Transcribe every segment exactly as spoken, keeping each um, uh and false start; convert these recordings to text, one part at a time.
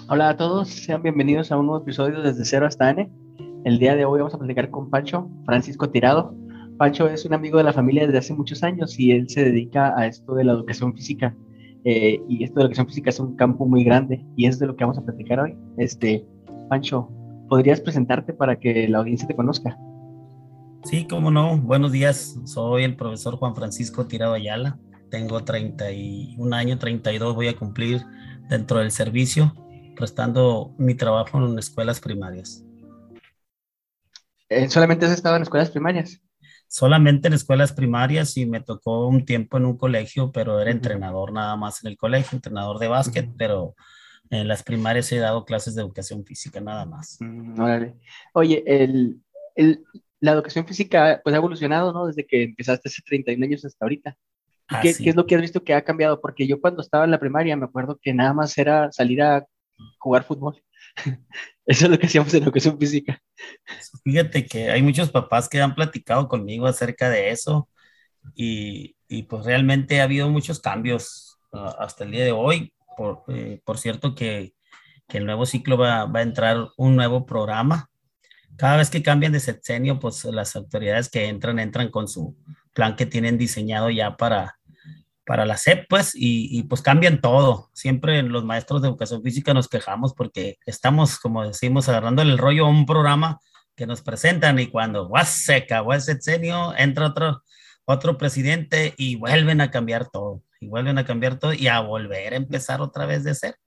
Hola a todos, sean bienvenidos a un nuevo episodio desde Cero hasta N. El día de hoy vamos a platicar con Pancho Francisco Tirado. Pancho es un amigo de la familia desde hace muchos años y él se dedica a esto de la educación física. Eh, y esto de la educación física es un campo muy grande y es de lo que vamos a platicar hoy. Este, Pancho, ¿podrías presentarte para que la audiencia te conozca? Sí, cómo no. Buenos días. Soy el profesor Juan Francisco Tirado Ayala. Tengo treinta y un años, treinta y dos voy a cumplir dentro del servicio, prestando mi trabajo en escuelas primarias. Eh, ¿solamente has estado en escuelas primarias? Solamente en escuelas primarias y me tocó un tiempo en un colegio, pero era Ujú, entrenador nada más en el colegio, entrenador de básquet, ujú. pero en las primarias he dado clases de educación física nada más. Mm, órale. Oye, el, el- la educación física pues ha evolucionado, ¿no? Desde que empezaste hace treinta y un años hasta ahorita. ¿Y qué, qué es Así. lo que has visto que ha cambiado? Porque yo cuando estaba en la primaria me acuerdo que nada más era salir a jugar fútbol. Eso es lo que hacíamos en educación física. Fíjate que hay muchos papás que han platicado conmigo acerca de eso y, y pues realmente ha habido muchos cambios ah, hasta el día de hoy. Por, eh, por cierto que, que el nuevo ciclo va, va a entrar un nuevo programa. Cada vez que cambian de sexenio, pues las autoridades que entran, entran con su plan que tienen diseñado ya para, para la S E P, pues, y, y pues cambian todo. Siempre los maestros de educación física nos quejamos porque estamos, como decimos, agarrando el rollo a un programa que nos presentan y cuando ¡guas! Se acabó el sexenio, entra otro, otro presidente y vuelven a cambiar todo, y vuelven a cambiar todo y a volver a empezar otra vez de cero.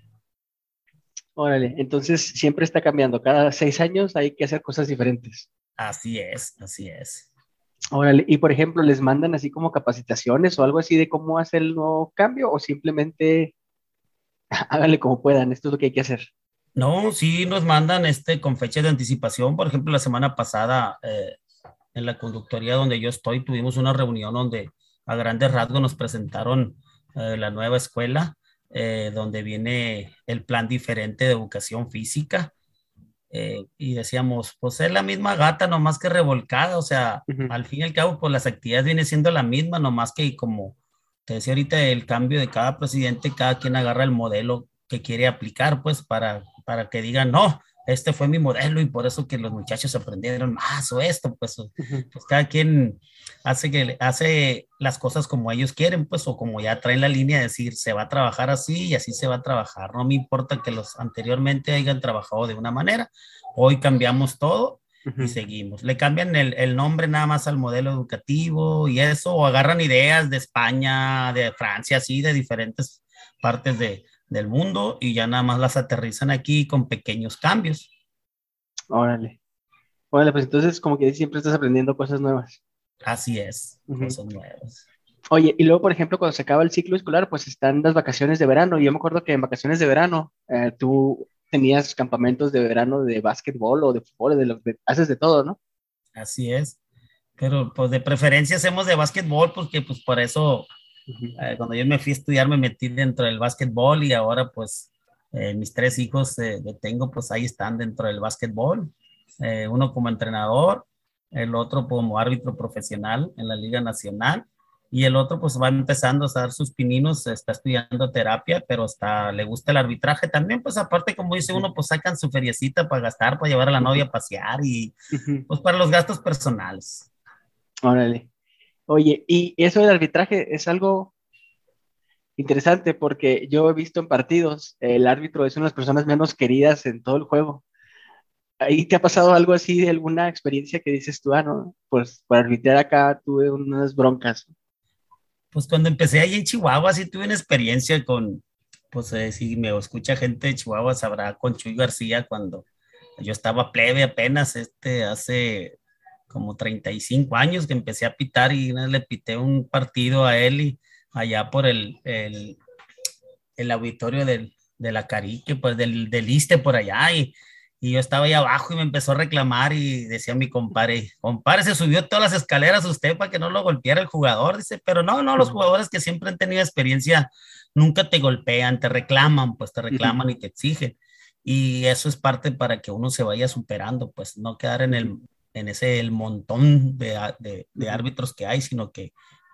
Órale, entonces siempre está cambiando. Cada seis años hay que hacer cosas diferentes. Así es, así es. Órale, y por ejemplo, ¿les mandan así como capacitaciones o algo así de cómo hacer el nuevo cambio o simplemente háganle como puedan, esto es lo que hay que hacer? No, sí nos mandan este con fecha de anticipación. Por ejemplo, la semana pasada eh, en la conductoría donde yo estoy tuvimos una reunión donde a grandes rasgos nos presentaron eh, la nueva escuela, eh, donde viene el plan diferente de educación física. Eh, y decíamos, pues es la misma gata, nomás que revolcada. O sea, Ujú, al fin y al cabo, pues las actividades vienen siendo la misma, nomás que como te decía ahorita, el cambio de cada presidente, cada quien agarra el modelo que quiere aplicar, pues para, para que digan, no, este fue mi modelo y por eso que los muchachos aprendieron más o esto, pues, ujú. pues cada quien hace, que, hace las cosas como ellos quieren, pues, o como ya traen la línea de decir, se va a trabajar así y así se va a trabajar. No me importa que los anteriormente hayan trabajado de una manera, hoy cambiamos todo y Ujú. seguimos. Le cambian el, el, nombre nada más al modelo educativo y eso, o agarran ideas de España, de Francia, así, de diferentes partes de, del mundo y ya nada más las aterrizan aquí con pequeños cambios. Órale. Órale, pues entonces como que siempre estás aprendiendo cosas nuevas. Así es, Ujú. cosas nuevas. Oye, y luego, por ejemplo, cuando se acaba el ciclo escolar, pues están las vacaciones de verano. Y yo me acuerdo que en vacaciones de verano eh, tú tenías campamentos de verano de básquetbol o de fútbol, de lo que haces de todo, ¿no? Así es. Pero pues de preferencia hacemos de básquetbol porque pues por eso Ujú. eh, cuando yo me fui a estudiar me metí dentro del básquetbol y ahora pues eh, mis tres hijos eh, que tengo pues ahí están dentro del básquetbol. Eh, uno como entrenador, el otro como árbitro profesional en la Liga Nacional y el otro pues va empezando a dar sus pininos, está estudiando terapia, pero está, le gusta el arbitraje también, pues aparte como dice Ujú. uno, pues sacan su feriecita para gastar, para llevar a la novia a pasear y Ujú. pues para los gastos personales. Órale. Oye, y eso del arbitraje es algo interesante porque yo he visto en partidos, el árbitro es una de las personas menos queridas en todo el juego. ¿Ahí te ha pasado algo así de alguna experiencia que dices tú, ah, no, pues para arbitrar acá tuve unas broncas? Pues cuando empecé ahí en Chihuahua sí tuve una experiencia con, pues eh, si me escucha gente de Chihuahua sabrá con Chuy García cuando yo estaba plebe apenas, este, hace como treinta y cinco años que empecé a pitar y una vez le pité un partido a él y allá por el, el, el auditorio del, de la Carique, pues del, del Iste por allá y, y yo estaba ahí abajo y me empezó a reclamar y decía mi compadre, compadre, se subió todas las escaleras usted para que no lo golpeara el jugador, dice, pero no, no, los Ujú, jugadores que siempre han tenido experiencia nunca te golpean, te reclaman, pues te ujú, reclaman y te exigen. Y eso es parte para que uno se vaya superando, pues no quedar en ujú, el en ese el montón de, de, de ujú. árbitros que hay, sino que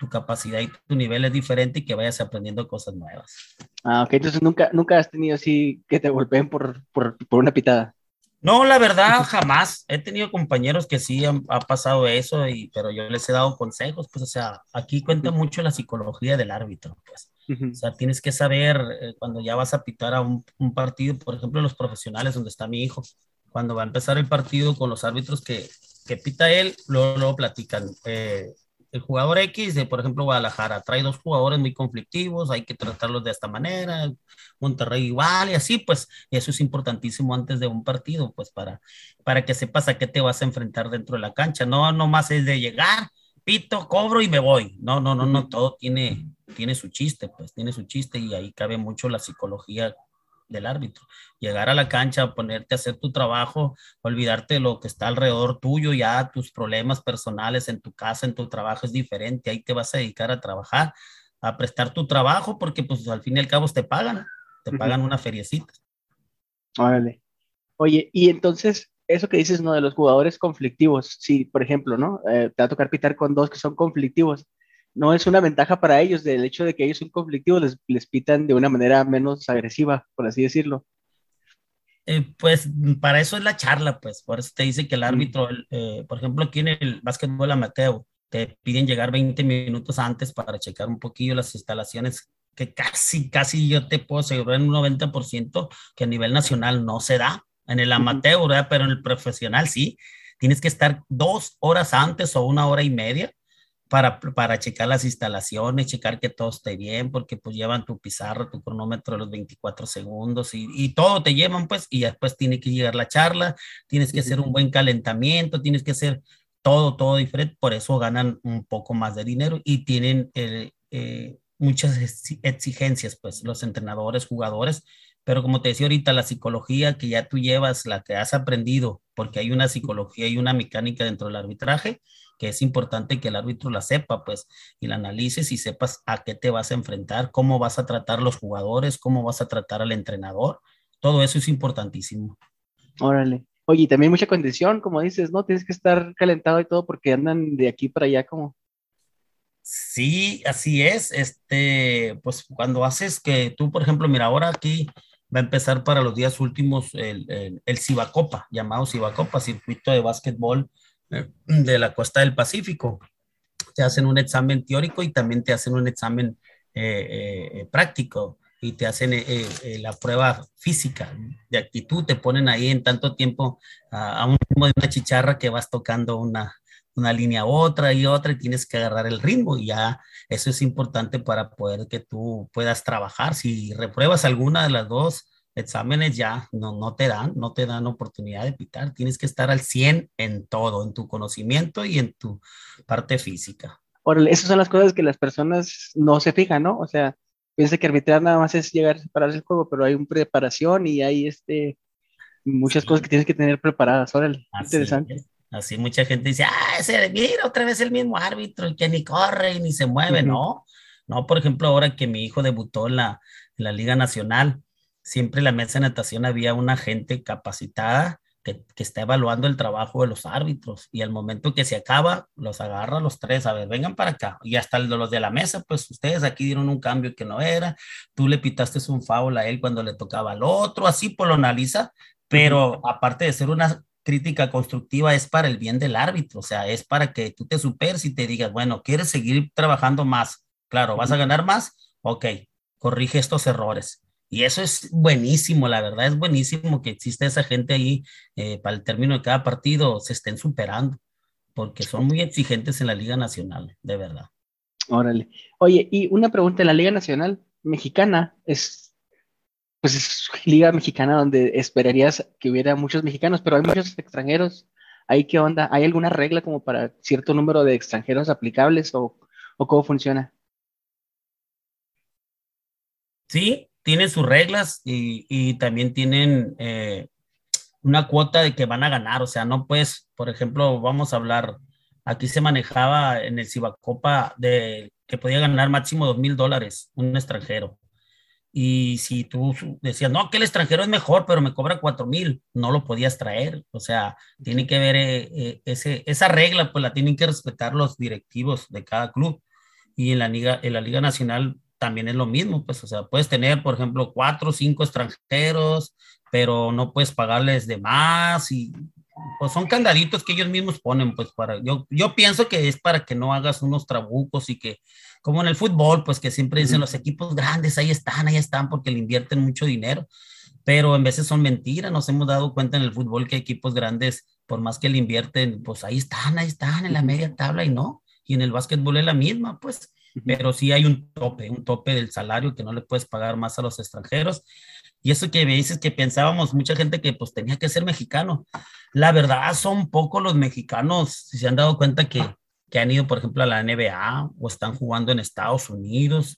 tu capacidad y tu nivel es diferente y que vayas aprendiendo cosas nuevas. Ah, ok, entonces nunca, nunca has tenido así que te golpeen por, por, por una pitada. No, la verdad, jamás. He tenido compañeros que sí han, ha pasado eso, y, pero yo les he dado consejos, pues, o sea, aquí cuenta Ujú, mucho la psicología del árbitro, pues. O ujú, sea, tienes que saber eh, cuando ya vas a pitar a un, un partido, por ejemplo, los profesionales donde está mi hijo, cuando va a empezar el partido con los árbitros que, que pita él, luego, luego platican. Eh, el jugador X de, por ejemplo, Guadalajara, trae dos jugadores muy conflictivos, hay que tratarlos de esta manera, Monterrey igual, y así, pues, y eso es importantísimo antes de un partido, pues, para, para que sepas a qué te vas a enfrentar dentro de la cancha. No, nomás es de llegar, pito, cobro y me voy. No, no, no, ujú. no, todo tiene, tiene su chiste, pues, tiene su chiste, y ahí cabe mucho la psicología del árbitro. Llegar a la cancha, ponerte a hacer tu trabajo, olvidarte de lo que está alrededor tuyo, ya tus problemas personales en tu casa, en tu trabajo es diferente, ahí te vas a dedicar a trabajar, a prestar tu trabajo, porque pues al fin y al cabo te pagan, te Ujú. pagan una feriecita. Órale. Oye, y entonces, eso que dices, ¿no? De los jugadores conflictivos, si, por ejemplo, ¿no? Eh, te va a tocar pitar con dos que son conflictivos, ¿no es una ventaja para ellos del hecho de que ellos son conflictivos, les, les pitan de una manera menos agresiva, por así decirlo? Eh, pues para eso es la charla, pues por eso te dice que el Mm, árbitro, eh, por ejemplo, aquí en el básquetbol amateur, te piden llegar veinte minutos antes para checar un poquillo las instalaciones, que casi, casi yo te puedo asegurar en un noventa por ciento que a nivel nacional no se da. En el ujú, amateur, ¿verdad? Pero en el profesional sí. Tienes que estar dos horas antes o una hora y media para, para checar las instalaciones, checar que todo esté bien, porque pues llevan tu pizarra, tu cronómetro de los veinticuatro segundos, y, y todo te llevan, pues, y después tiene que llegar la charla, tienes que ujú. hacer un buen calentamiento, tienes que hacer todo, todo diferente, por eso ganan un poco más de dinero y tienen eh, eh, muchas exigencias, pues, los entrenadores, jugadores. Pero como te decía ahorita, la psicología que ya tú llevas, la que has aprendido, porque hay una psicología y una mecánica dentro del arbitraje, que es importante que el árbitro la sepa, pues, y la analices y sepas a qué te vas a enfrentar, cómo vas a tratar a los jugadores, cómo vas a tratar al entrenador. Todo eso es importantísimo. Órale. Oye, y también mucha condición, como dices, ¿no? Tienes que estar calentado y todo porque andan de aquí para allá como... Sí, así es. Este, pues cuando haces que tú, por ejemplo, mira, ahora aquí va a empezar para los días últimos el, el, el Cibacopa, llamado Cibacopa, circuito de básquetbol eh, de la costa del Pacífico. Te hacen un examen teórico y también te hacen un examen eh, eh, práctico, y te hacen eh, eh, la prueba física de actitud, te ponen ahí en tanto tiempo a, a un ritmo de una chicharra que vas tocando una, una línea a otra y otra, y tienes que agarrar el ritmo, y ya eso es importante para poder que tú puedas trabajar. Si repruebas alguna de las dos exámenes, ya no, no te dan, no te dan oportunidad de pitar. Tienes que estar al cien en todo, en tu conocimiento y en tu parte física. Órale, esas son las cosas que las personas no se fijan, ¿no? O sea, piensa que arbitrar nada más es llegar a separarse el juego, pero hay una preparación y hay este, muchas cosas que Sí, tienes que tener preparadas. Órale, así interesante. es. Así mucha gente dice, ah, ese, mira, otra vez el mismo árbitro, y que ni corre y ni se mueve. Ujú, No, no, por ejemplo, ahora que mi hijo debutó en la, en la Liga Nacional, siempre en la mesa de natación había una gente capacitada que, que está evaluando el trabajo de los árbitros, y al momento que se acaba, los agarra a los tres, a ver, vengan para acá, y hasta el de los de la mesa, pues ustedes aquí dieron un cambio que no era, tú le pitaste un foul a él cuando le tocaba al otro, así pues lo analiza, ujú, pero aparte de ser una crítica constructiva, es para el bien del árbitro, o sea, es para que tú te superes y te digas, bueno, ¿quieres seguir trabajando más? Claro, ¿vas a ujú. ganar más? Ok, corrige estos errores. Y eso es buenísimo, la verdad es buenísimo que exista esa gente ahí, eh, para el término de cada partido se estén superando, porque son muy exigentes en la Liga Nacional, de verdad. Órale. Oye, y una pregunta, en la Liga Nacional Mexicana es, pues es Liga Mexicana donde esperarías que hubiera muchos mexicanos, pero hay muchos extranjeros. ¿Ahí qué onda? ¿Hay alguna regla como para cierto número de extranjeros aplicables o, o cómo funciona? Sí, tienen sus reglas, y, y también tienen eh, una cuota de que van a ganar, o sea, no puedes, por ejemplo, vamos a hablar, aquí se manejaba en el Cibacopa de que podía ganar máximo dos mil dólares un extranjero. Y si tú decías, no, que el extranjero es mejor, pero me cobra cuatro mil, no lo podías traer. O sea, tiene Ok. que ver eh, eh, ese, esa regla, pues la tienen que respetar los directivos de cada club. y en la liga, en la liga nacional también es lo mismo, pues, o sea, puedes tener, por ejemplo, cuatro o cinco extranjeros, pero no puedes pagarles de más y pues son candaditos que ellos mismos ponen, pues para, yo, yo pienso que es para que no hagas unos trabucos y que, como en el fútbol, pues que siempre dicen Ujú. los equipos grandes, ahí están, ahí están, porque le invierten mucho dinero, pero en veces son mentiras, nos hemos dado cuenta en el fútbol que equipos grandes, por más que le invierten, pues ahí están, ahí están, en la Ujú. media tabla y no, y en el básquetbol es la misma, pues, Ujú. pero sí hay un tope, un tope del salario que no le puedes pagar más a los extranjeros. Y eso que me dices que pensábamos, mucha gente que pues tenía que ser mexicano. La verdad son pocos los mexicanos, si se han dado cuenta que, que han ido, por ejemplo, a la N B A o están jugando en Estados Unidos,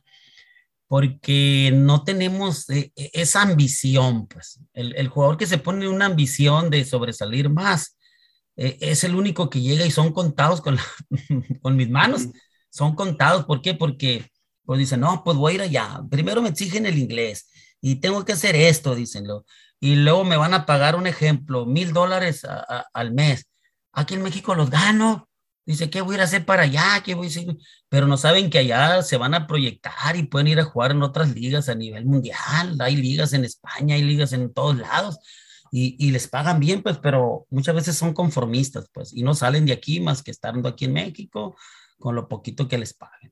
porque no tenemos eh, eh, esa ambición, pues. El, el jugador que se pone una ambición de sobresalir más, eh, es el único que llega y son contados con, la, con mis manos, Ujú. son contados. ¿Por qué? Porque pues dicen, no, pues voy a ir allá, primero me exigen el inglés y tengo que hacer esto, dicenlo, y luego me van a pagar un ejemplo, mil dólares a, a, al mes. Aquí en México los gano. Dice, ¿qué voy a ir a hacer para allá? ¿Qué voy a hacer? Pero no saben que allá se van a proyectar y pueden ir a jugar en otras ligas a nivel mundial. Hay ligas en España, hay ligas en todos lados y, y les pagan bien, pues, pero muchas veces son conformistas, pues, y no salen de aquí más que estando aquí en México con lo poquito que les paguen.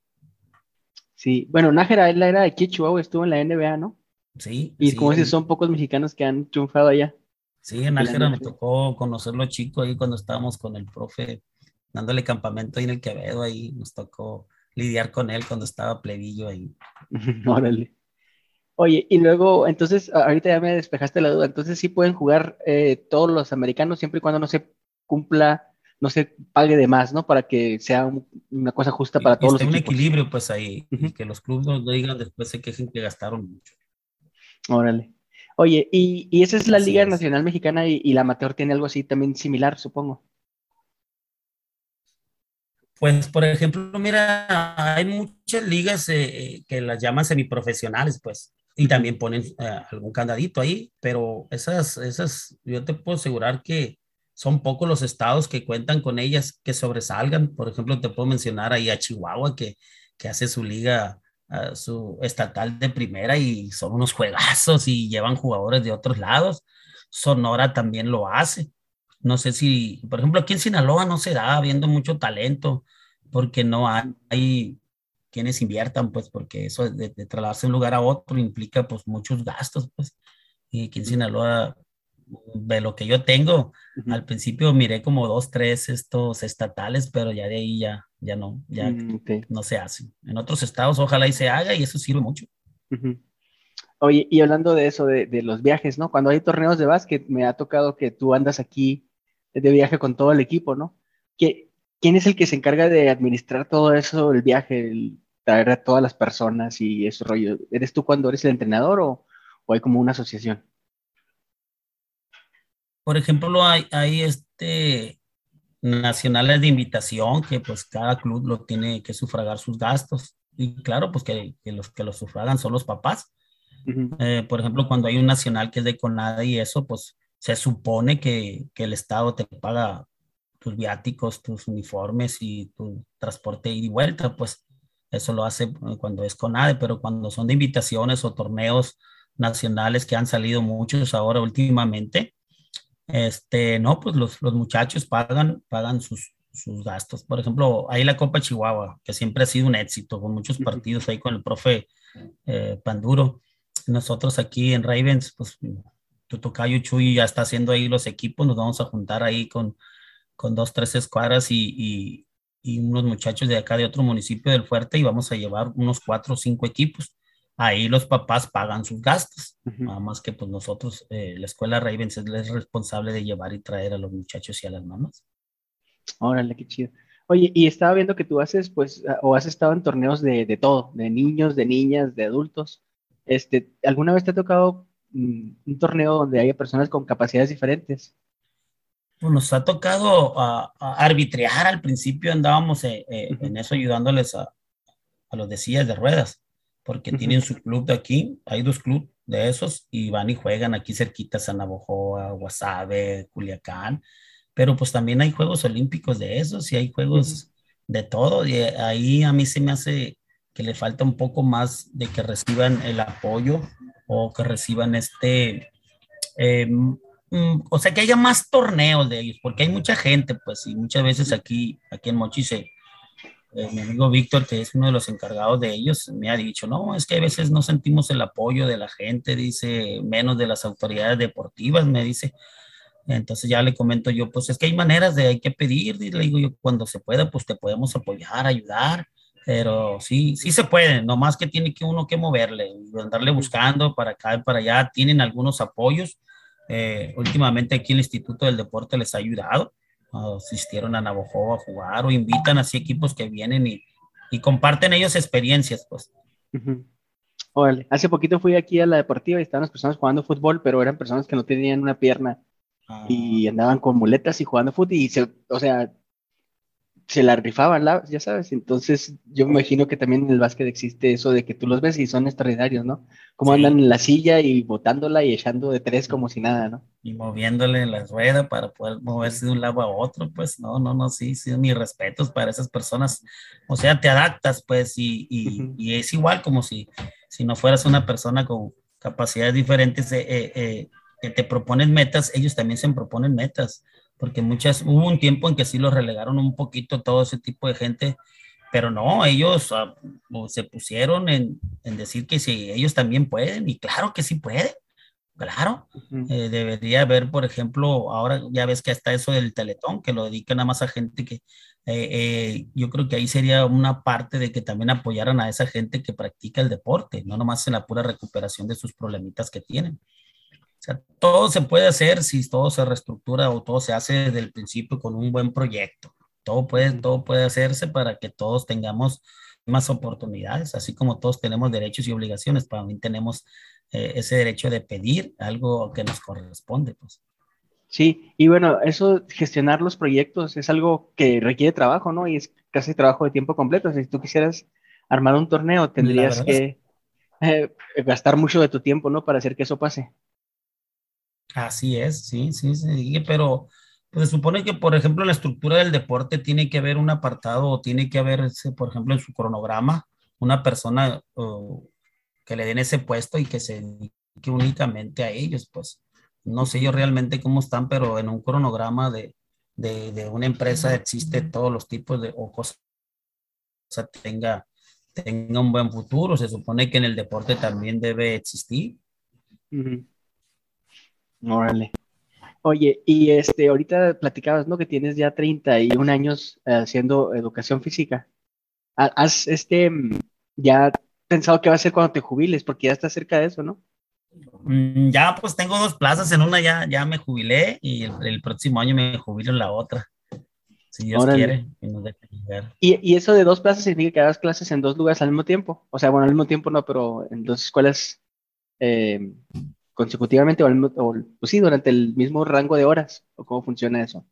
Sí, bueno, Nájera, él era de aquí de Chihuahua, estuvo en la N B A, ¿no? Sí, Y sí, como dices, él, son pocos mexicanos que han triunfado allá sí, en en la Nájera me N F L. tocó conocerlo chico ahí cuando estábamos con el profe dándole campamento ahí en el Quevedo, ahí nos tocó lidiar con él cuando estaba plebillo ahí. Órale. Oye, y luego, entonces, a- ahorita ya me despejaste la duda, entonces sí pueden jugar eh, todos los americanos siempre y cuando no se cumpla, no se pague de más, ¿no? Para que sea un- una cosa justa para Y, y todos los esté un equipos. equilibrio pues ahí Ujú. y que los clubes no digan después se quejen que gastaron mucho. Órale. Oye, y, y esa es la Así Liga es. Nacional Mexicana y, y la Amateur tiene algo así también similar, supongo. Pues, por ejemplo, mira, hay muchas ligas eh, que las llaman semiprofesionales, pues, y Ujú. también ponen eh, algún candadito ahí, pero esas, esas, yo te puedo asegurar que son pocos los estados que cuentan con ellas que sobresalgan. Por ejemplo, te puedo mencionar ahí a Chihuahua, que, que hace su liga, uh, su estatal de primera y son unos juegazos y llevan jugadores de otros lados. Sonora también lo hace. No sé si, por ejemplo, aquí en Sinaloa no se da, habiendo mucho talento porque no hay, Ujú. hay quienes inviertan, pues, porque eso de, de trasladarse de un lugar a otro implica, pues, muchos gastos, pues. Y aquí en Ujú. Sinaloa, de lo que yo tengo, Ujú. al principio miré como dos, tres estos estatales, pero ya de ahí ya, ya no, ya Mm, ok. no se hacen. En otros estados ojalá y se haga y eso sirve mucho. Ujú. Oye, y hablando de eso, de, de los viajes, ¿no? Cuando hay torneos de básquet, me ha tocado que tú andas aquí de viaje con todo el equipo, ¿no? ¿Qué- ¿Quién es el que se encarga de administrar todo eso, el viaje, el traer a todas las personas y ese rollo? ¿Eres tú cuando eres el entrenador o, o hay como una asociación? Por ejemplo, hay, hay este nacionales de invitación que pues cada club lo tiene que sufragar sus gastos. Y claro, pues que, que los que lo sufragan son los papás. Ujú. Eh, por ejemplo, cuando hay un nacional que es de CONADE y eso, pues se supone que, que el Estado te paga tus viáticos, tus uniformes y tu transporte ida y vuelta, pues eso lo hace eh, cuando es CONADE, pero cuando son de invitaciones o torneos nacionales que han salido muchos ahora últimamente, este, no, pues los, los muchachos pagan, pagan sus, sus gastos. Por ejemplo, hay la Copa Chihuahua, que siempre ha sido un éxito, con muchos Ujú. partidos ahí con el profe eh, Panduro. Nosotros aquí en Ravens, pues tu tocayo Chuy ya está haciendo ahí los equipos, nos vamos a juntar ahí con, con dos, tres escuadras y, y, y unos muchachos de acá de otro municipio del Fuerte y vamos a llevar unos cuatro o cinco equipos. Ahí los papás pagan sus gastos, Ujú. nada más que pues nosotros, eh, la escuela Ravens es, es responsable de llevar y traer a los muchachos y a las mamás. Órale, qué chido. Oye, y estaba viendo que tú haces, pues, a- o has estado en torneos de, de todo, de niños, de niñas, de adultos. Este, ¿alguna vez te ha tocado mm, un torneo donde haya personas con capacidades diferentes? Pues nos ha tocado a, a arbitrar, al principio andábamos eh, eh, Ujú. en eso ayudándoles a, a los de sillas de ruedas, porque Ujú. tienen su club de aquí, hay dos clubes de esos y van y juegan aquí cerquita, San Navojoa, Guasave, Culiacán, pero pues también hay Juegos Olímpicos de esos y hay Ujú. Juegos de todo. Y ahí a mí se me hace que le falta un poco más de que reciban el apoyo o que reciban este, eh, mm, o sea, que haya más torneos de ellos, porque hay mucha gente, pues, y muchas veces aquí, aquí en Mochi se, eh, mi amigo Víctor, que es uno de los encargados de ellos, me ha dicho, no, es que a veces no sentimos el apoyo de la gente, dice, menos de las autoridades deportivas, me dice. Entonces ya le comento yo, pues es que hay maneras de, hay que pedir, y le digo yo, cuando se pueda, pues te podemos apoyar, ayudar, pero sí, sí se puede, nomás que tiene que uno que moverle, andarle buscando para acá y para allá, tienen algunos apoyos, eh, últimamente aquí el Instituto del Deporte les ha ayudado, uh, asistieron a Navojoa a jugar o invitan así equipos que vienen y, y comparten ellos experiencias, pues. Uh-huh. Órale, hace poquito fui aquí a la deportiva y estaban las personas jugando fútbol, pero eran personas que no tenían una pierna Uh, y andaban con muletas y jugando fútbol y se, o sea, se la rifaban, la, ya sabes. Entonces, yo me imagino que también en el básquet existe eso de que tú los ves y son extraordinarios, ¿no? Como andan sí. en la silla y botándola y echando de tres como si nada, ¿no? Y moviéndole la rueda para poder moverse de un lado a otro, pues no, no, no, sí, sí, mis respetos para esas personas. O sea, te adaptas, pues, y, y, Uh-huh. y es igual como si, si no fueras una persona con capacidades diferentes, eh, eh, eh, que te proponen metas, ellos también se proponen metas, porque muchas, hubo un tiempo en que sí los relegaron un poquito todo ese tipo de gente, pero no, ellos ah, se pusieron en, en decir que sí, ellos también pueden, y claro que sí pueden. Claro, Uh-huh. eh, debería haber, por ejemplo, ahora ya ves que está eso del Teletón, que lo dedican nada más a gente que, eh, eh, yo creo que ahí sería una parte de que también apoyaran a esa gente que practica el deporte, no nomás en la pura recuperación de sus problemitas que tienen. O sea, todo se puede hacer si todo se reestructura o todo se hace desde el principio con un buen proyecto. Todo puede, Uh-huh. todo puede hacerse para que todos tengamos más oportunidades, así como todos tenemos derechos y obligaciones, también tenemos eh, ese derecho de pedir algo que nos corresponde, pues. Sí, y bueno, eso, gestionar los proyectos es algo que requiere trabajo, ¿no? Y es casi trabajo de tiempo completo. O sea, si tú quisieras armar un torneo, La tendrías verdad es, que eh, gastar mucho de tu tiempo, ¿no? Para hacer que eso pase. así es, sí, sí, sí, pero pues, se supone que, por ejemplo, en la estructura del deporte tiene que haber un apartado o tiene que haber, ese, por ejemplo, en su cronograma, una persona uh, que le den ese puesto y que se dedique únicamente a ellos, pues. No sé yo Ujú. realmente cómo están, pero en un cronograma de, de, de una empresa existe todos los tipos de o cosas tenga, tenga un buen futuro. Se supone que en el deporte también debe existir. Ujú. Órale. Oye, y este, ahorita platicabas, ¿no? Que tienes ya treinta y un años eh, haciendo educación física. Ha- ¿Has este, mm, ya pensado qué va a hacer cuando te jubiles? Porque ya estás cerca de eso, ¿no? Mm, ya pues tengo dos plazas, en una ya, ya me jubilé y el, el próximo año me jubilo en la otra, si Dios Órale. quiere y nos deja llegar. Y, y eso de dos plazas significa que hagas clases en dos lugares al mismo tiempo. O sea, bueno, al mismo tiempo no, pero en dos escuelas eh, consecutivamente o, al mismo- o, pues sí, durante el mismo rango de horas. ¿O cómo funciona eso?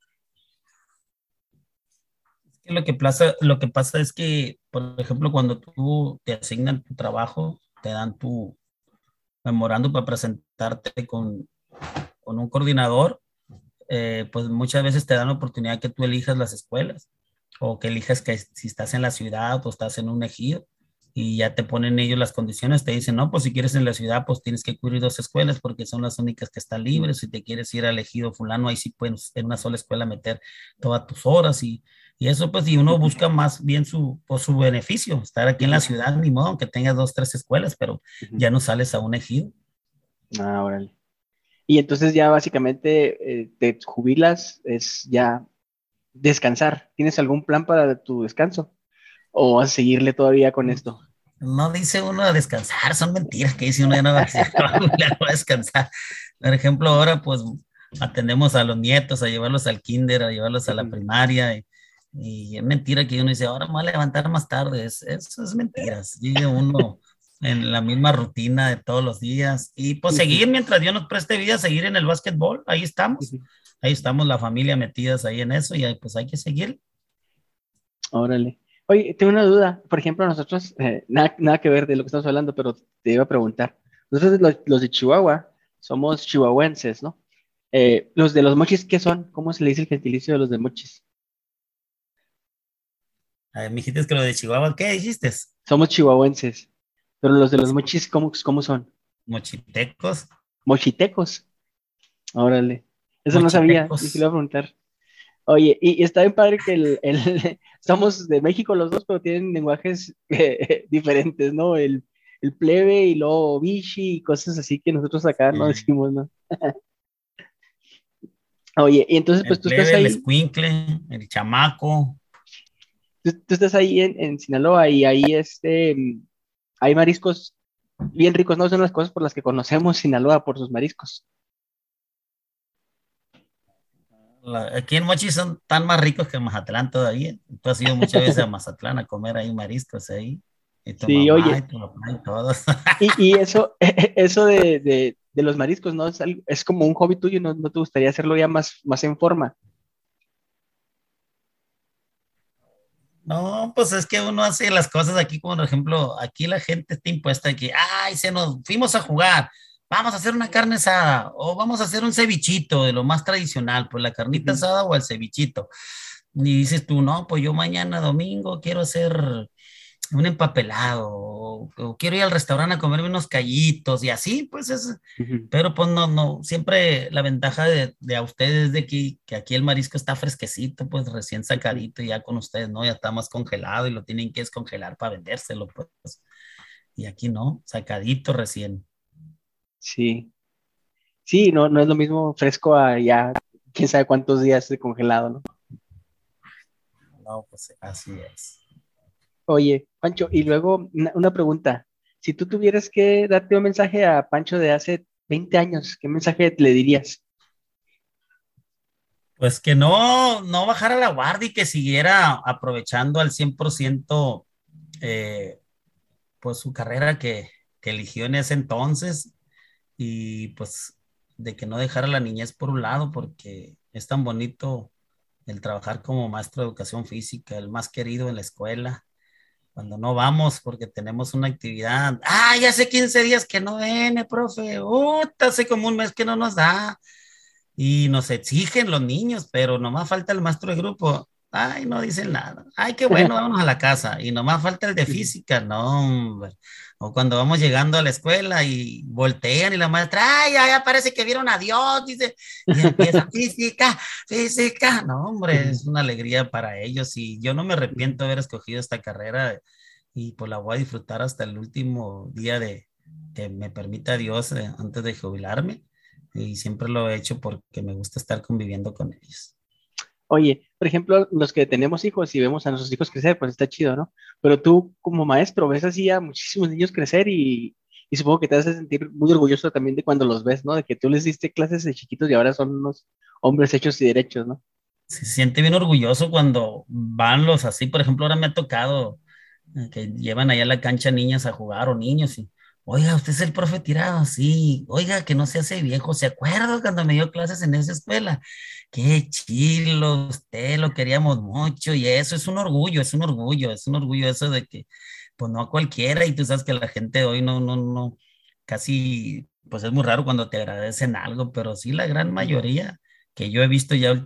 Que Lo que pasa, lo que pasa es que, por ejemplo, cuando tú te asignan tu trabajo, te dan tu memorando para presentarte con, con un coordinador, eh, pues muchas veces te dan la oportunidad que tú elijas las escuelas o que elijas que si estás en la ciudad o estás en un ejido y ya te ponen ellos las condiciones, te dicen, no, pues si quieres en la ciudad, pues tienes que cubrir dos escuelas porque son las únicas que están libres. Si te quieres ir al ejido fulano, ahí sí puedes en una sola escuela meter todas tus horas y, y eso pues, y uno Ujú, busca más bien su, por su beneficio, estar aquí en la ujú, ciudad, ni modo, aunque tengas dos, tres escuelas, pero ujú. ya no sales a un ejido. Ah, órale. Y entonces ya básicamente eh, te jubilas, es ya descansar. ¿Tienes algún plan para tu descanso? ¿O vas a seguirle todavía con esto? No dice uno a descansar, son mentiras que dice uno ya no va a, ya no va a descansar. Por ejemplo, ahora pues atendemos a los nietos, a llevarlos al kinder, a llevarlos a la Ujú. primaria y, y es mentira que uno dice, ahora me voy a levantar más tarde. Es, eso es mentira. Sigue uno en la misma rutina de todos los días y pues Ujú, seguir mientras Dios nos preste vida, seguir en el básquetbol, ahí estamos. ujú. Ahí estamos la familia metidas ahí en eso y ahí, pues hay que seguir. Órale. Oye, tengo una duda. Por ejemplo, nosotros, eh, nada, nada que ver de lo que estamos hablando, pero te iba a preguntar. Nosotros, los, los de Chihuahua, somos chihuahuenses, ¿no? Eh, los de los mochis, ¿qué son? ¿Cómo se le dice el gentilicio de los de mochis? A ver, me dijiste que lo de Chihuahua, ¿qué dijiste? Somos chihuahuenses. Pero los de los mochis, ¿cómo, cómo son? Mochitecos, Mochitecos. Órale. Eso no sabía. Dije, le mochitecos. voy a preguntar. Oye, y, y está bien padre que el, el- somos de México los dos, pero tienen lenguajes eh, diferentes, ¿no? El, el plebe y luego bichi y cosas así que nosotros acá no eh, decimos, ¿no? Oye, y entonces pues el tú estás plebe, el ahí, escuincle, el chamaco. tú, tú estás ahí en, en Sinaloa y ahí este, mm, hay mariscos bien ricos, ¿no? Son las cosas por las que conocemos Sinaloa, por sus mariscos. La- aquí en Mochi son tan más ricos que en Mazatlán todavía. Tú has ido muchas veces a Mazatlán a comer ahí mariscos ahí. Y tu Sí, mamá y oye, tu papá y todos. y, y eso, eso de, de, de los mariscos, ¿no? Es, algo- es como un hobby tuyo, ¿no? ¿No te gustaría hacerlo ya más, más en forma? No, pues es que uno hace las cosas aquí, como por ejemplo, aquí la gente está impuesta de que, ay, se nos fuimos a jugar, vamos a hacer una carne asada o vamos a hacer un cevichito de lo más tradicional, pues la carnita Ujú. asada o el cevichito. Y dices tú, no, pues yo mañana domingo quiero hacer un empapelado o, o quiero ir al restaurante a comerme unos callitos y así, pues es, Ujú. pero pues no, no, siempre la ventaja de, de a ustedes de que, que aquí el marisco está fresquecito, pues recién Ujú. sacadito y ya con ustedes, ¿no? Ya está más congelado y lo tienen que descongelar para vendérselo, pues. Y aquí no, sacadito recién. Sí, sí, no, no es lo mismo fresco a ya quién sabe cuántos días de congelado, ¿no? No, pues así es. Oye, Pancho, y luego una, una pregunta. Si tú tuvieras que darte un mensaje a Pancho de hace veinte años, ¿qué mensaje le dirías? Pues que no, no bajara la guardia y que siguiera aprovechando al cien por ciento eh, pues su carrera que, que eligió en ese entonces y pues de que no dejara la niñez por un lado porque es tan bonito el trabajar como maestro de educación física, el más querido en la escuela, cuando no vamos porque tenemos una actividad. Ah, ya hace quince días que no viene, profe. Uta, hace como un mes que no nos da. Y nos exigen los niños, pero nomás falta el maestro de grupo. Ay, no dicen nada. Ay, qué bueno, vámonos a la casa. Y nomás falta el de Ujú. física, no, hombre. O cuando vamos llegando a la escuela y voltean y la maestra, ay, ya, ya parece que vieron a Dios, dice, y empieza física, física. No, hombre, es una alegría para ellos y yo no me arrepiento de haber escogido esta carrera y pues la voy a disfrutar hasta el último día de que me permita Dios eh, antes de jubilarme y siempre lo he hecho porque me gusta estar conviviendo con ellos. Oye, por ejemplo, los que tenemos hijos y vemos a nuestros hijos crecer, pues está chido, ¿no? Pero tú como maestro ves así a muchísimos niños crecer y, y supongo que te hace sentir muy orgulloso también de cuando los ves, ¿no? De que tú les diste clases de chiquitos y ahora son unos hombres hechos y derechos, ¿no? Se siente bien orgulloso cuando van los así, por ejemplo, ahora me ha tocado eh, que llevan allá a la cancha niñas a jugar o niños y, oiga, usted es el profe Tirado, sí, oiga, que no se hace viejo, ¿se acuerda cuando me dio clases en esa escuela? Qué chilo, usted lo queríamos mucho y eso es un orgullo, es un orgullo, es un orgullo eso de que, pues no a cualquiera y tú sabes que la gente de hoy no, no, no, casi, pues es muy raro cuando te agradecen algo, pero sí la gran Ujú. mayoría que yo he visto ya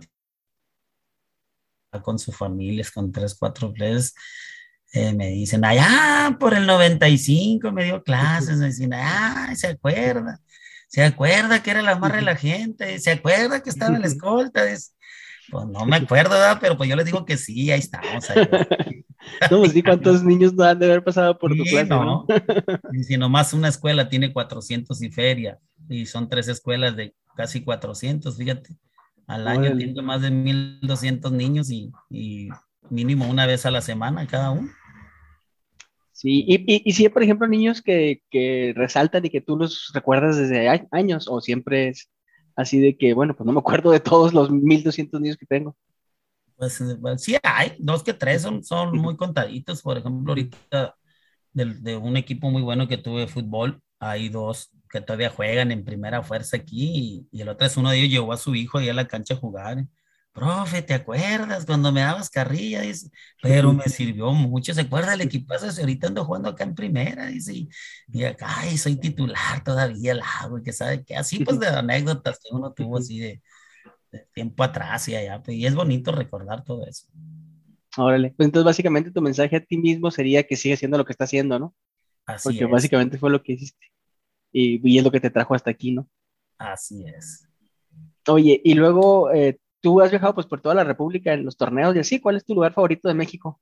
con sus familias, con tres, cuatro veces, eh, me dicen, allá por el noventa y cinco me dio Ujú. clases, me dicen, ay, se acuerda, se acuerda que era la más Ujú. relajante, se acuerda que estaba en la escolta. Es, pues no me acuerdo, ¿verdad? Pero pues yo les digo que sí, ahí estamos, ahí vamos. No, pues sí, ¿cuántos niños no han de haber pasado por tu Sí, clase, no? no. Y si nomás una escuela tiene cuatrocientos y feria, y son tres escuelas de casi cuatrocientos fíjate, al año Órale. tiene más de mil doscientos niños y, y mínimo una vez a la semana cada uno. Sí, y, y, y si hay, por ejemplo, niños que, que resaltan y que tú los recuerdas desde a- años, o siempre es así de que, bueno, pues no me acuerdo de todos los mil doscientos niños que tengo. Pues, eh, pues, sí hay, dos que tres Ujú. son, son Ujú. muy contaditos. Por ejemplo, Ujú. ahorita del- de, un equipo muy bueno que tuve de fútbol, hay dos que todavía juegan en primera fuerza aquí y, y el otro es uno de ellos llevó a su hijo ahí a la cancha a jugar. Profe, ¿te acuerdas cuando me dabas carrilla? Dice, pero Ujú. me sirvió mucho. ¿Se acuerda del equipazo? Ese? Ahorita ando jugando acá en primera, dice, y, y acá, ay, soy titular todavía, la hago, y que sabe que así pues Ujú. de anécdotas que uno tuvo Ujú. así de, de tiempo atrás y allá, pues, y es bonito recordar todo eso. Órale. Pues entonces básicamente tu mensaje a ti mismo sería que sigue haciendo lo que está haciendo, ¿no? Así Porque es, básicamente fue lo que hiciste y, y es lo que te trajo hasta aquí, ¿no? así es. Oye, y luego eh, tú has viajado pues por toda la República en los torneos y así, ¿cuál es tu lugar favorito de México?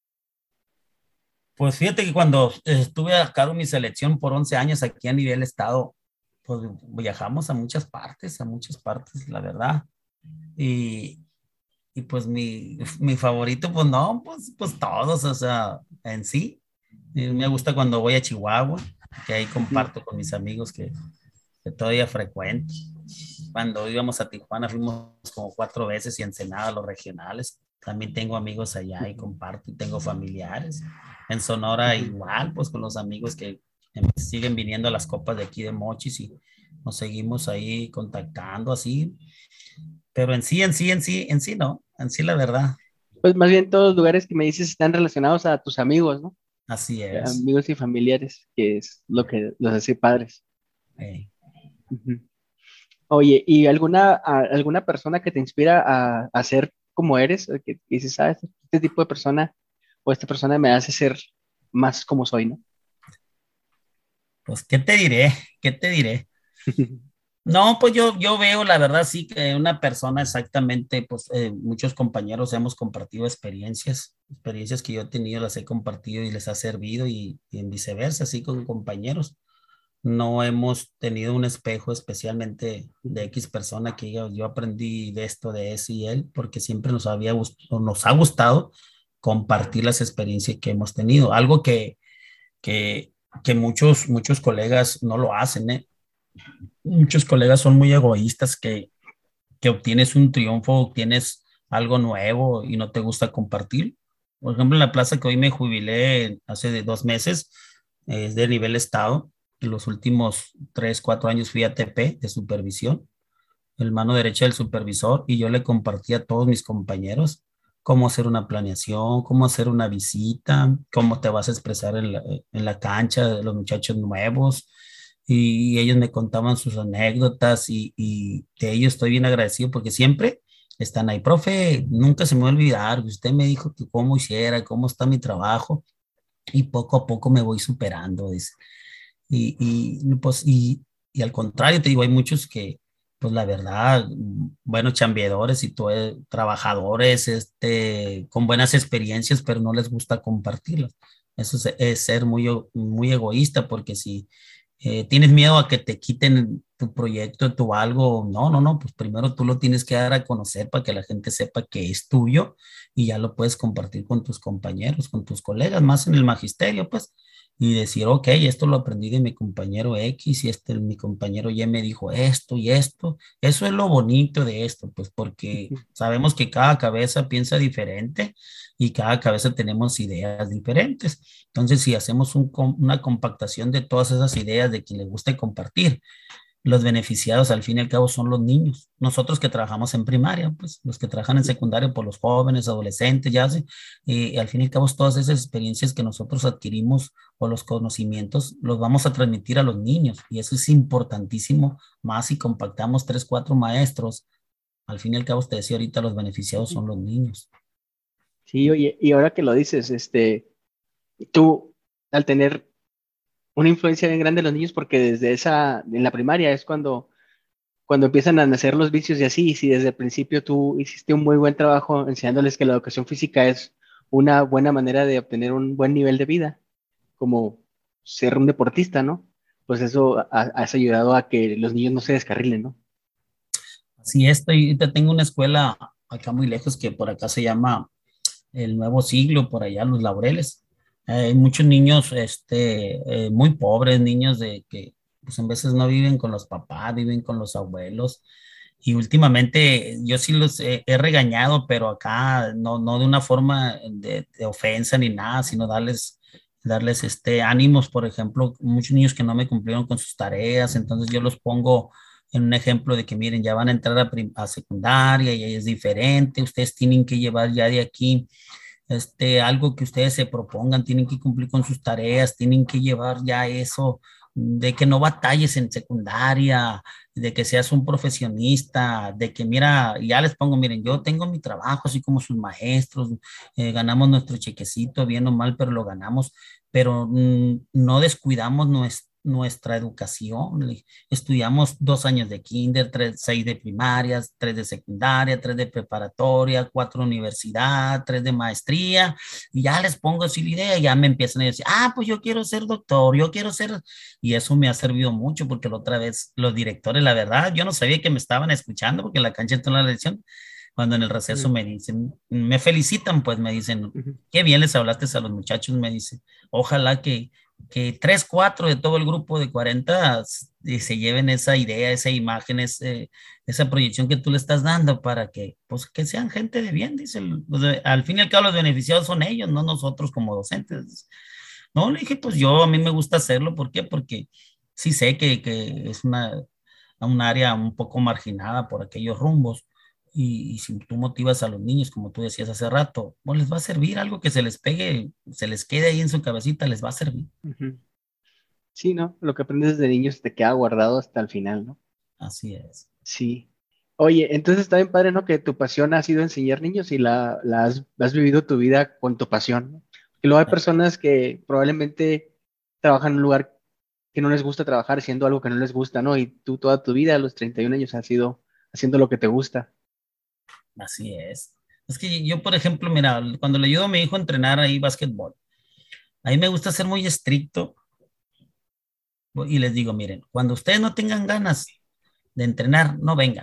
Pues fíjate que cuando estuve a cargo de mi selección por once años aquí a nivel estado, pues viajamos a muchas partes, a muchas partes, la verdad. Y, y pues mi, mi favorito, pues no, pues, pues todos, o sea, en sí. Eh, Me gusta cuando voy a Chihuahua, que ahí Ujú. comparto con mis amigos que, que todavía frecuento. Cuando íbamos a Tijuana fuimos como cuatro veces y Ensenada, los regionales. También tengo amigos allá y comparto y tengo familiares. En Sonora Ujú. igual, pues con los amigos que em, siguen viniendo a las copas de aquí de Mochis y nos seguimos ahí contactando así. Pero en sí, en sí, en sí, en sí no, en sí la verdad, Pues más bien todos los lugares que me dices están relacionados a tus amigos, ¿no? así Eh, es. Amigos y familiares, que es lo que los hace padres. Eh, Ujú. Oye, ¿y alguna, a- alguna persona que te inspira a, a ser como eres? O que, que dices, ah, este, este tipo de persona o esta persona me hace ser más como soy, ¿no? pues, ¿qué te diré? ¿Qué te diré? No, pues yo, yo veo, la verdad, sí que una persona exactamente, pues eh, muchos compañeros hemos compartido experiencias, experiencias que yo he tenido, las he compartido y les ha servido y, y en viceversa, así con compañeros. No hemos tenido un espejo especialmente de X persona que diga, yo aprendí de esto, de eso y él, porque siempre nos había gustado, nos ha gustado compartir las experiencias que hemos tenido, algo que, que, que muchos, muchos colegas no lo hacen, ¿eh? Muchos colegas son muy egoístas que, que obtienes un triunfo, obtienes algo nuevo y no te gusta compartir. Por ejemplo, en la plaza que hoy me jubilé hace de dos meses, eh, es de nivel estado. En los últimos tres, cuatro años fui a T P de supervisión, el mano derecha del supervisor, y yo le compartí a todos mis compañeros cómo hacer una planeación, cómo hacer una visita, cómo te vas a expresar en la, en la cancha de los muchachos nuevos. Y ellos me contaban sus anécdotas y, y de ellos estoy bien agradecido porque siempre están ahí. Profe, nunca se me va a olvidar, usted me dijo que cómo hiciera, cómo está mi trabajo y poco a poco me voy superando. Dice. Y, y, pues, y, y al contrario, te digo, hay muchos que, pues la verdad, buenos chambeadores y todo, eh, trabajadores, este, con buenas experiencias, pero no les gusta compartirlas. Eso es, es ser muy, o- muy egoísta, porque si eh, tienes miedo a que te quiten tu proyecto, tu algo, no, no, no, pues primero tú lo tienes que dar a conocer para que la gente sepa que es tuyo y ya lo puedes compartir con tus compañeros, con tus colegas, más en el magisterio, pues y decir, ok, esto lo aprendí de mi compañero X y este, mi compañero Y me dijo esto y esto. Eso es lo bonito de esto, pues porque sabemos que cada cabeza piensa diferente y cada cabeza tenemos ideas diferentes. Entonces, si hacemos un com- una compactación de todas esas ideas de quien le guste compartir, los beneficiados al fin y al cabo son los niños. Nosotros que trabajamos en primaria, pues los que trabajan en secundaria por los jóvenes, adolescentes, ya sé, y al fin y al cabo todas esas experiencias que nosotros adquirimos o los conocimientos los vamos a transmitir a los niños y eso es importantísimo, más si compactamos tres, cuatro maestros, al fin y al cabo te decía ahorita los beneficiados son los niños. Sí, oye, y ahora que lo dices, este, tú, al tener una influencia bien grande en los niños, porque desde esa, en la primaria es cuando, cuando empiezan a nacer los vicios y así, y si desde el principio tú hiciste un muy buen trabajo enseñándoles que la educación física es una buena manera de obtener un buen nivel de vida, como ser un deportista, ¿no? Pues eso ha, has ayudado a que los niños no se descarrilen, ¿no? Así estoy, te tengo una escuela acá muy lejos que por acá se llama el Nuevo Siglo, por allá Los Laureles. Eh, Hay muchos niños este, eh, muy pobres, niños de que pues en veces no viven con los papás, viven con los abuelos. Y últimamente yo sí los he, he regañado, pero acá no, no de una forma de, de ofensa ni nada, sino darles, darles este, ánimos. Por ejemplo, muchos niños que no me cumplieron con sus tareas, entonces yo los pongo en un ejemplo de que miren, ya van a entrar a, prim- a secundaria y ahí es diferente, ustedes tienen que llevar ya de aquí este, algo que ustedes se propongan, tienen que cumplir con sus tareas, tienen que llevar ya eso de que no batalles en secundaria, de que seas un profesionista, de que mira, ya les pongo, miren, yo tengo mi trabajo así como sus maestros, eh, ganamos nuestro chequecito, bien o mal, pero lo ganamos, pero mm, no descuidamos nues- nuestra educación. Le- Estudiamos dos años de kinder, tres, seis de primarias, tres de secundaria, tres de preparatoria, cuatro universidad, tres de maestría, y ya les pongo así la idea, y ya me empiezan a decir, ah, pues yo quiero ser doctor, yo quiero ser, y eso me ha servido mucho porque la otra vez los directores, la verdad, yo no sabía que me estaban escuchando porque en la cancha entró la lección, cuando en el receso Ujú, me dicen, me felicitan, pues me dicen, ujú. qué bien les hablaste a los muchachos, me dicen, ojalá que, que tres, cuatro de todo el grupo de cuarenta eh, se lleven esa idea, esa imagen, ese, esa proyección que tú le estás dando para que, pues, que sean gente de bien, dicen, pues, al fin y al cabo los beneficiados son ellos, no nosotros como docentes. No, le dije, pues yo a mí me gusta hacerlo, ¿por qué? Porque sí sé que, que es una, un área un poco marginada por aquellos rumbos. Y, y si tú motivas a los niños, como tú decías hace rato, pues les va a servir algo que se les pegue, se les quede ahí en su cabecita, les va a servir. Ujú. Sí, ¿no? Lo que aprendes desde niño se te queda guardado hasta el final, ¿no? Así es. Sí. Oye, entonces está bien padre, ¿no? Que tu pasión ha sido enseñar niños y la, la has, has vivido tu vida con tu pasión, ¿no? Y luego hay personas que probablemente trabajan en un lugar que no les gusta trabajar, haciendo algo que no les gusta, ¿no? Y tú toda tu vida, a los treinta y un años, has ido haciendo lo que te gusta. Así es. Es que yo, por ejemplo, mira, cuando le ayudo a mi hijo a entrenar ahí básquetbol, a mí me gusta ser muy estricto y les digo, miren, cuando ustedes no tengan ganas de entrenar, no vengan.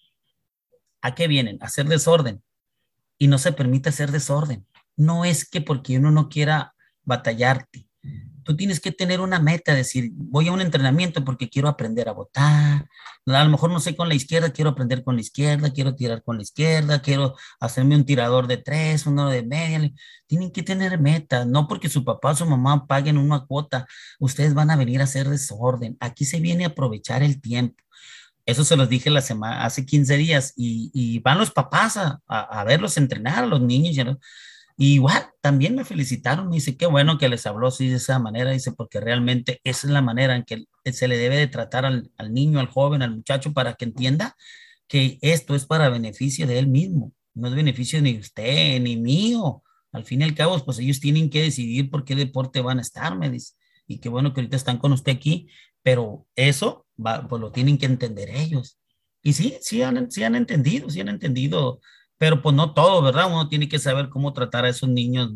¿A qué vienen? A hacer desorden. Y no se permite hacer desorden. No es que porque uno no quiera batallarte. Tú tienes que tener una meta, decir, voy a un entrenamiento porque quiero aprender a botar. A lo mejor no sé con la izquierda, quiero aprender con la izquierda, quiero tirar con la izquierda, quiero hacerme un tirador de tres, uno de media. Tienen que tener metas, no porque su papá o su mamá paguen una cuota, ustedes van a venir a hacer desorden. Aquí se viene a aprovechar el tiempo. Eso se los dije la semana, hace quince días y, y van los papás a, a, a verlos entrenar a los niños. ¿No? Y igual, también me felicitaron, me dice, qué bueno que les habló así de esa manera, dice, porque realmente esa es la manera en que se le debe de tratar al, al niño, al joven, al muchacho, para que entienda que esto es para beneficio de él mismo, no es beneficio ni de usted, ni mío. Al fin y al cabo, pues ellos tienen que decidir por qué deporte van a estar, me dice. Y qué bueno que ahorita están con usted aquí, pero eso va, pues lo tienen que entender ellos. Y sí, sí han, sí han entendido, sí han entendido, pero pues no todo, ¿verdad? Uno tiene que saber cómo tratar a esos niños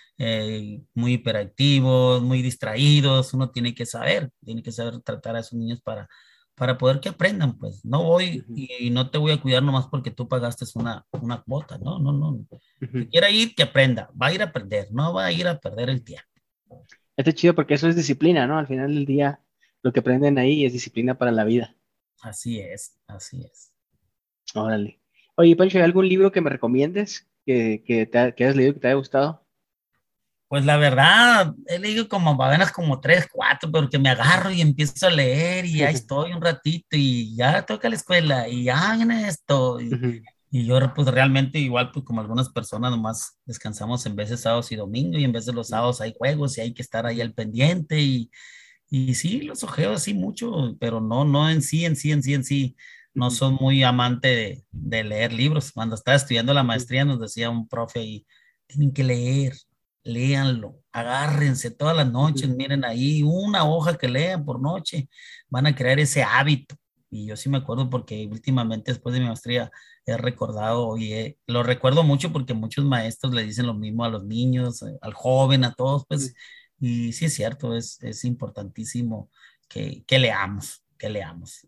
eh, muy hiperactivos, muy distraídos, uno tiene que saber, tiene que saber tratar a esos niños para, para poder que aprendan, pues no voy Ujú, y no te voy a cuidar nomás porque tú pagaste una, una cuota, no, no, no. ujú. Que quiera ir, que aprenda, va a ir a aprender, no va a ir a perder el tiempo. Está chido porque eso es disciplina, ¿no? Al final del día, lo que aprenden ahí es disciplina para la vida. Así es, así es. Órale. Oye, Pancho, ¿hay algún libro que me recomiendes que, que, te, ha- que hayas leído que te haya gustado? Pues la verdad, he leído como apenas como tres, cuatro, pero que me agarro y empiezo a leer y ya estoy un ratito y ya toca la escuela y ya viene esto. Y, Ujú, y yo pues realmente igual pues como algunas personas nomás descansamos en veces sábados y domingo y en vez de los sábados hay juegos y hay que estar ahí al pendiente y, y sí, los ojeo así mucho, pero no, no en sí, en sí, en sí, en sí. No ujú, soy muy amante de, de leer libros. Cuando estaba estudiando la ujú, maestría nos decía un profe ahí, tienen que leer, léanlo, agárrense todas las ujú. noches, miren ahí una hoja que lean por noche, van a crear ese hábito. Y yo sí me acuerdo porque últimamente después de mi maestría he recordado y he- lo recuerdo mucho porque muchos maestros le dicen lo mismo a los niños, eh, al joven, a todos, pues, y sí es cierto, es, es importantísimo que, que leamos, que leamos.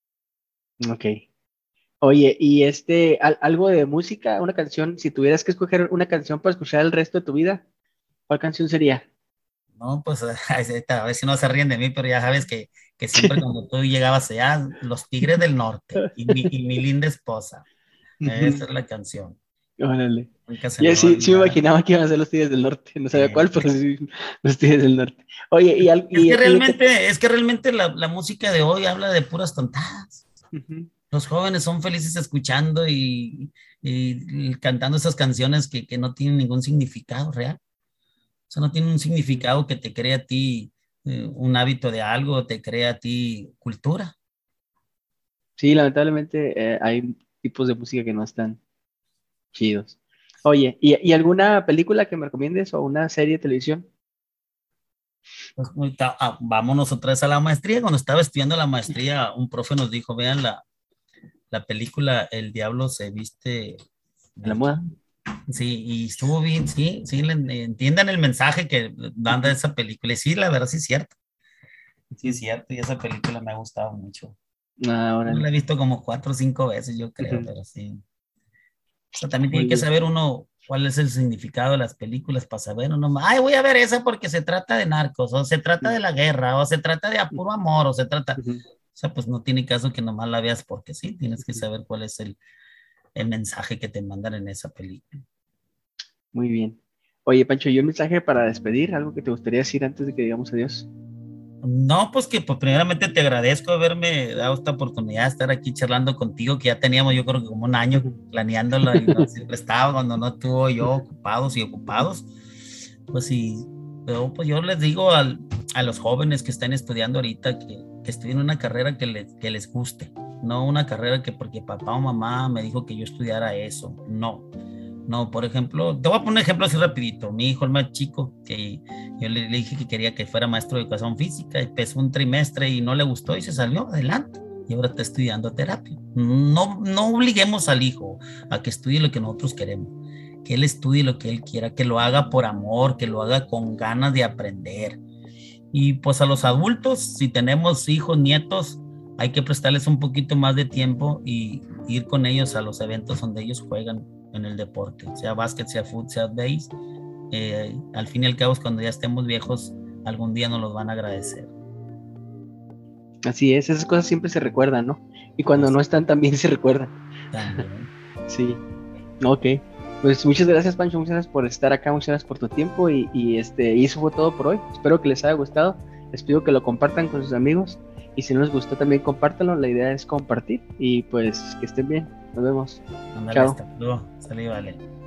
Ok. Oye, y este, al- algo de música, una canción, si tuvieras que escoger una canción para escuchar el resto de tu vida, ¿cuál canción sería? No, pues a ver si no se ríen de mí, pero ya sabes que, que siempre cuando tú llegabas allá, los Tigres del Norte y mi, y mi linda esposa, esa Ujú. es la canción. Órale. Nunca se me Ya va a sí, sí me olvidar. imaginaba que iban a ser los Tigres del Norte, no sabía Eh, cuál, pero sí, los Tigres del Norte. Oye, y, al- es y, que y de qué... realmente, es que realmente la, la música de hoy habla de puras tontadas. Ujú. Los jóvenes son felices escuchando y, y- y cantando esas canciones que, que no tienen ningún significado real. O sea, no tienen un Ujú. significado que te crea a ti eh, un hábito de algo te crea a ti cultura. Sí, lamentablemente eh, hay tipos de música que no están chidos. Oye, ¿y, y alguna película que me recomiendes o una serie de televisión? Pues, ahorita, ah, vámonos otra vez a la maestría. Cuando estaba estudiando la maestría, un profe nos dijo, vean la, la película El Diablo se viste ¿A la de moda? aquí. Sí, y estuvo bien, sí, sí, le- entiendan el mensaje que dan de Ujú, esa película. Y sí, la verdad, sí es cierto. Sí es ujú. cierto, y esa película me ha gustado mucho. Ah, Yo la órale. he visto como cuatro o cinco veces, yo creo, Ujú. pero sí. O sea, también Muy tiene que bien. saber uno cuál es el significado de las películas para saber uno, ay, voy a ver esa porque se trata de narcos, o se trata Ujú, de la guerra, o se trata de a puro amor, o se trata, ujú, o sea, pues no tiene caso que nomás la veas porque sí, tienes que ujú. saber cuál es el, el mensaje que te mandan en esa película. Muy bien. Oye, Pancho, ¿y un mensaje para despedir? ¿Algo que te gustaría decir antes de que digamos adiós? No, pues que pues primeramente te agradezco haberme dado esta oportunidad de estar aquí charlando contigo, que ya teníamos yo creo que como un año Ujú. planeándolo y no siempre estaba cuando no estuvo yo ocupados y ocupados. Pues sí, pero pues yo les digo al, a los jóvenes que están estudiando ahorita que, que estudien una carrera que les, que les guste, no una carrera que porque papá o mamá me dijo que yo estudiara eso, no. No, por ejemplo, te voy a poner un ejemplo así rapidito. Mi hijo, el más chico, que yo le, le dije que quería que fuera maestro de educación física, empezó un trimestre y no le gustó y se salió adelante. Y ahora está estudiando terapia. No, no obliguemos al hijo a que estudie lo que nosotros queremos, que él estudie lo que él quiera, que lo haga por amor, que lo haga con ganas de aprender. Y pues a los adultos, si tenemos hijos, nietos, hay que prestarles un poquito más de tiempo y ir con ellos a los eventos donde ellos juegan en el deporte, sea básquet, sea fútbol, sea base. Eh, al fin y al cabo, cuando ya estemos viejos, algún día nos los van a agradecer. Así es, esas cosas siempre se recuerdan, ¿no? Y cuando no Así, están, también se recuerdan. también. Sí, ok. Pues muchas gracias, Pancho, muchas gracias por estar acá, muchas gracias por tu tiempo y, y este, y eso fue todo por hoy. Espero que les haya gustado. Les pido que lo compartan con sus amigos y si no les gustó también compártanlo. La idea es compartir y pues que estén bien. Nos vemos. Ándale, Chao. hasta luego. Salí, vale.